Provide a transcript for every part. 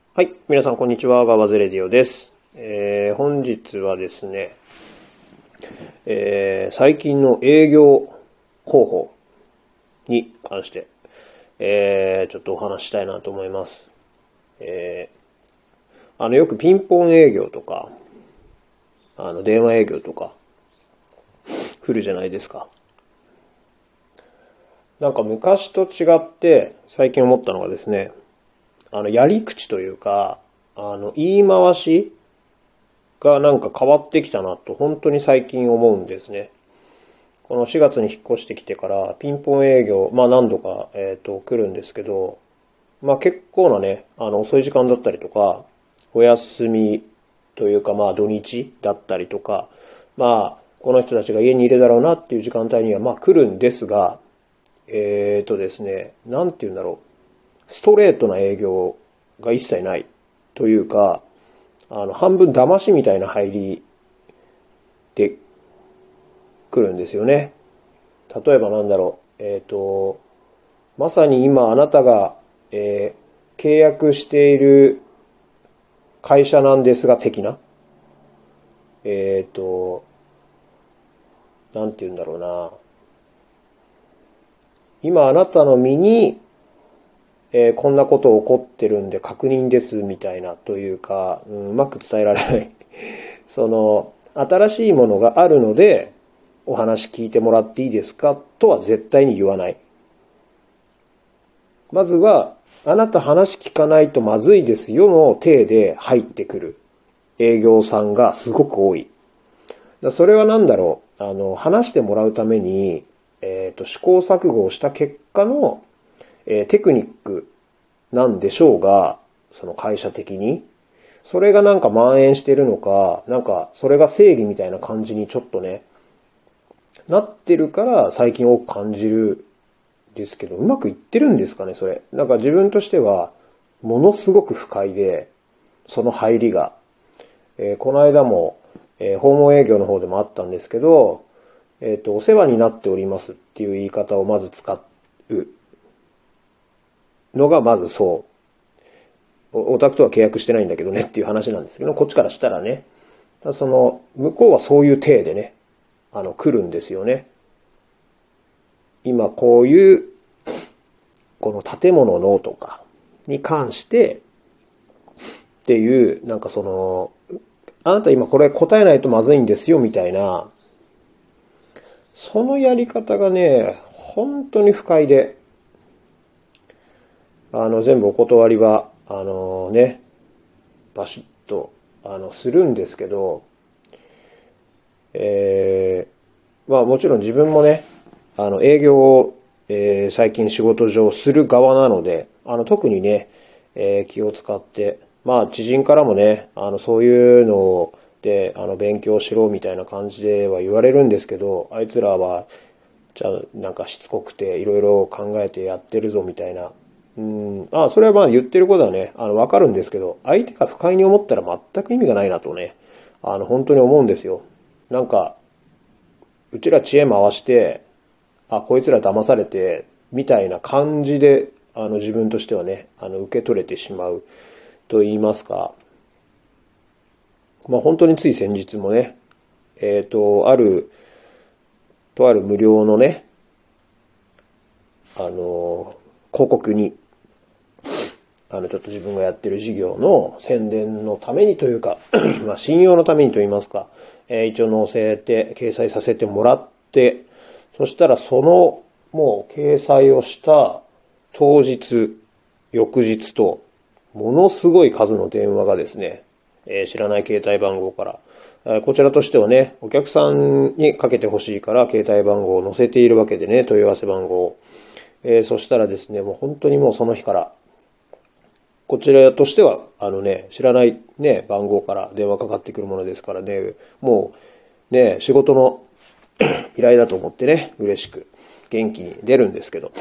はい。皆さん、こんにちは。ババズレディオです。本日はですね、最近の営業方法に関して、ちょっとお話ししたいなと思います。よくピンポン営業とか、電話営業とか、来るじゃないですか。なんか昔と違って、最近思ったのがですね、やり口というか、言い回しがなんか変わってきたなと、本当に最近思うんですね。この4月に引っ越してきてからピンポン営業、何度か、来るんですけど、結構なね、遅い時間だったりとか、お休みというか土日だったりとか、この人たちが家にいるだろうなっていう時間帯には来るんですが、ですね、なんて言うんだろう。ストレートな営業が一切ないというか、半分騙しみたいな入りで来るんですよね。例えばなんだろう。まさに今あなたが、契約している会社なんですが的な。えっと、なんて言うんだろうな。今あなたの身に、こんなこと起こってるんで確認ですみたいなというか、うまく伝えられない。新しいものがあるので、お話聞いてもらっていいですかとは絶対に言わない。まずは、あなた話聞かないとまずいですよの体で入ってくる営業さんがすごく多い。それは何だろう。話してもらうために、試行錯誤をした結果の、テクニックなんでしょうが、その会社的に。それがなんか蔓延してるのか、なんかそれが正義みたいな感じにちょっとね、なってるから最近多く感じるんですけど、うまくいってるんですかね、それ。なんか自分としては、ものすごく不快で、その入りが。この間も、訪問営業の方でもあったんですけど、お世話になっておりますっていう言い方をまず使うのがまずそう。お宅とは契約してないんだけどねっていう話なんですけど、こっちからしたらね。向こうはそういう体でね、来るんですよね。今こういう、この建物のとかに関してっていう、あなた今これ答えないとまずいんですよみたいな、そのやり方がね、本当に不快で、全部お断りは、バシッと、するんですけど、もちろん自分もね、営業を、最近仕事上する側なので、特にね、気を使って、知人からもね、そういうので、勉強しろみたいな感じでは言われるんですけど、あいつらは、じゃあ、なんかしつこくて、いろいろ考えてやってるぞみたいな。それは言ってることはね、わかるんですけど、相手が不快に思ったら全く意味がないなとね、本当に思うんですよ。なんか、うちら知恵回して、こいつら騙されて、みたいな感じで、自分としてはね、受け取れてしまうと言いますか。本当につい先日もね、とある無料のね、広告に、ちょっと自分がやってる事業の宣伝のためにというか、信用のためにと言いますか、一応載せて、掲載させてもらって、そしたらもう掲載をした当日、翌日と、ものすごい数の電話がですね、知らない携帯番号から、こちらとしてはね、お客さんにかけてほしいから携帯番号を載せているわけでね、問い合わせ番号を。そしたらですね、もう本当にもうその日から、こちらとしては、知らないね、番号から電話かかってくるものですからね、もうね、仕事の依頼だと思ってね、嬉しく、元気に出るんですけど、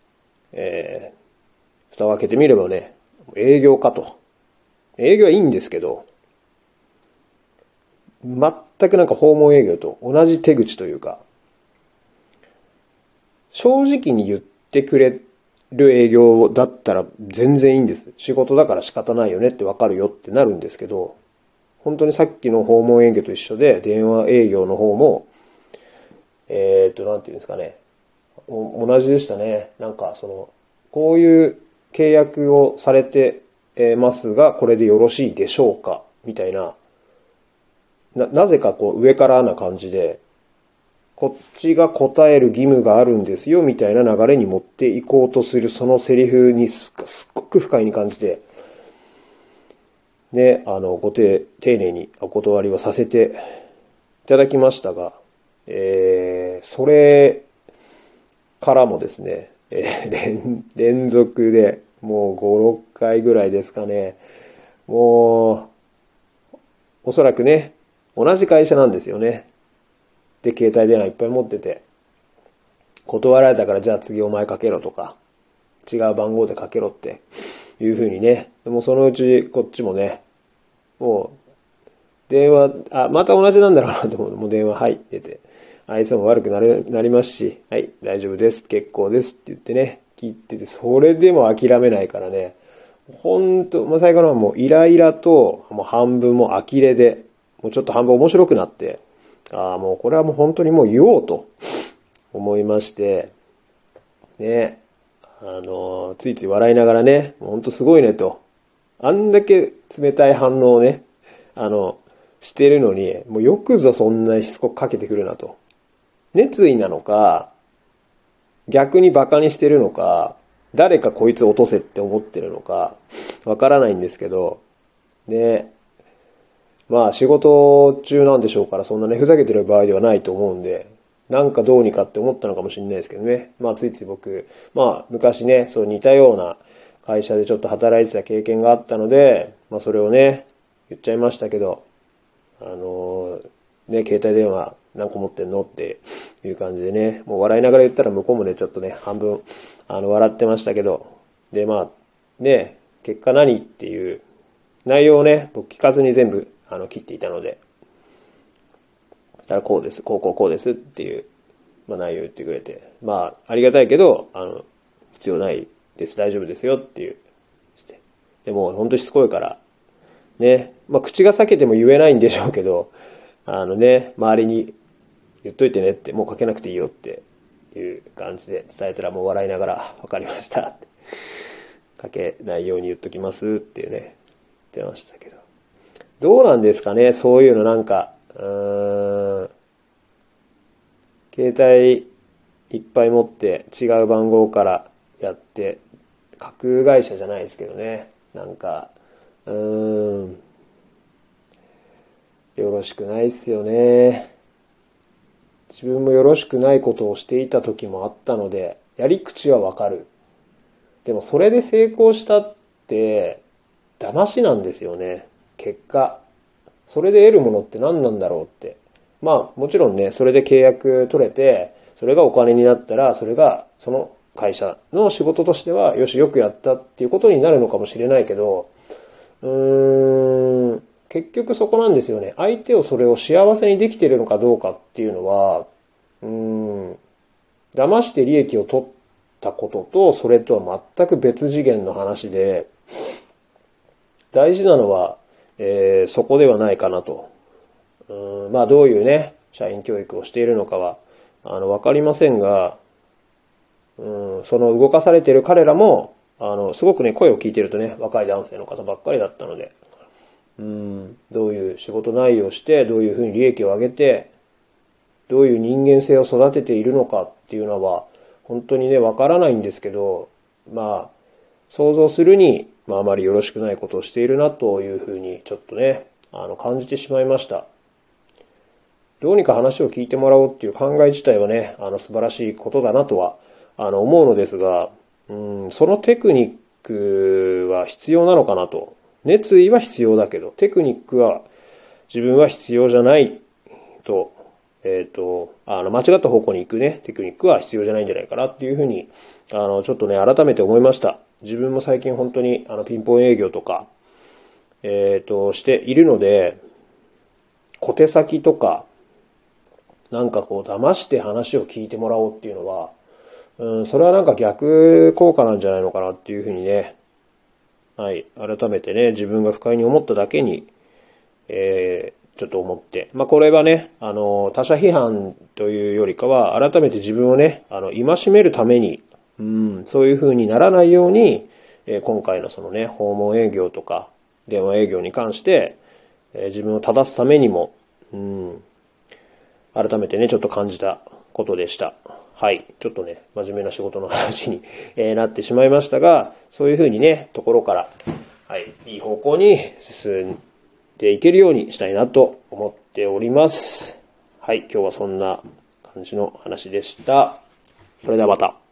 蓋を開けてみればね、営業かと。営業はいいんですけど、全くなんか訪問営業と同じ手口というか、正直に言ってくれる営業だったら全然いいんです。仕事だから仕方ないよねってわかるよってなるんですけど、本当にさっきの訪問営業と一緒で、電話営業の方も、なんていうんですかね。同じでしたね。こういう契約をされてますが、これでよろしいでしょうかみたいな、なぜかこう上からな感じで、こっちが答える義務があるんですよみたいな流れに持っていこうとするそのセリフにすっごく不快に感じて、ね、丁寧にお断りはさせていただきましたが、それからもですね、連続でもう5、6回ぐらいですかね、もう、おそらくね、同じ会社なんですよね。で、携帯電話いっぱい持ってて、断られたからじゃあ次お前かけろとか、違う番号でかけろっていう風にね、もうそのうちこっちもね、もう、電話、また同じなんだろうなと思う。もう電話入ってて、いつも悪くなりますし、はい、大丈夫です、結構ですって言ってね、切ってて、それでも諦めないからね、ほんと、最後のはもうイライラと、もう半分もう呆れで、もうちょっと半分面白くなって、もうこれはもう本当にもう言おうと思いまして、ね、ついつい笑いながらね、もう本当すごいねと。あんだけ冷たい反応をね、してるのに、もうよくぞそんなしつこくかけてくるなと。熱意なのか、逆にバカにしてるのか、誰かこいつ落とせって思ってるのか、わからないんですけど、ね、仕事中なんでしょうから、そんなね、ふざけてる場合ではないと思うんで、なんかどうにかって思ったのかもしれないですけどね。ついつい僕、昔ね、そう似たような会社でちょっと働いてた経験があったので、それをね、言っちゃいましたけど、携帯電話何個持ってんのっていう感じでね、もう笑いながら言ったら向こうもね、ちょっとね、半分、笑ってましたけど、で、結果何っていう内容をね、僕聞かずに全部、切っていたので、だからこうです、こうですっていう、内容を言ってくれて、ありがたいけど、必要ないです、大丈夫ですよっていう。でも、本当しつこいから、ね、口が裂けても言えないんでしょうけど、周りに言っといてねって、もうかけなくていいよっていう感じで伝えたらもう笑いながら、わかりましたって。かけないように言っときますっていうね、言ってましたけど。どうなんですかね、そういうの携帯いっぱい持って違う番号からやって、架空会社じゃないですけどね、よろしくないっすよね。自分もよろしくないことをしていた時もあったので、やり口はわかる。でもそれで成功したって、騙しなんですよね。結果。それで得るものって何なんだろうって。もちろんね、それで契約取れて、それがお金になったら、それがその会社の仕事としては、よし、よくやったっていうことになるのかもしれないけど、結局そこなんですよね。相手をそれを幸せにできているのかどうかっていうのは、騙して利益を取ったことと、それとは全く別次元の話で、大事なのは、そこではないかなと。どういうね、社員教育をしているのかは、わかりませんが、その動かされている彼らも、すごくね、声を聞いてるとね、若い男性の方ばっかりだったので、どういう仕事内容をして、どういうふうに利益を上げて、どういう人間性を育てているのかっていうのは、本当にね、わからないんですけど、想像するに、あまりよろしくないことをしているなというふうに、ちょっとね、感じてしまいました。どうにか話を聞いてもらおうっていう考え自体はね、素晴らしいことだなとは、思うのですが、そのテクニックは必要なのかなと。熱意は必要だけど、テクニックは自分は必要じゃないと、間違った方向に行くね、テクニックは必要じゃないんじゃないかなっていうふうに、ちょっとね、改めて思いました。自分も最近本当に、ピンポン営業とか、しているので、小手先とか、騙して話を聞いてもらおうっていうのは、 それはなんか逆効果なんじゃないのかなっていうふうにね、はい、改めてね、自分が不快に思っただけに、ちょっと思って。これはね、他者批判というよりかは、改めて自分をね、戒めるために、そういう風にならないように、今回のそのね、訪問営業とか、電話営業に関して、自分を正すためにも、改めてね、ちょっと感じたことでした。はい。ちょっとね、真面目な仕事の話に、なってしまいましたが、そういう風にね、ところから、はい、いい方向に進んでいけるようにしたいなと思っております。はい、今日はそんな感じの話でした。それではまた。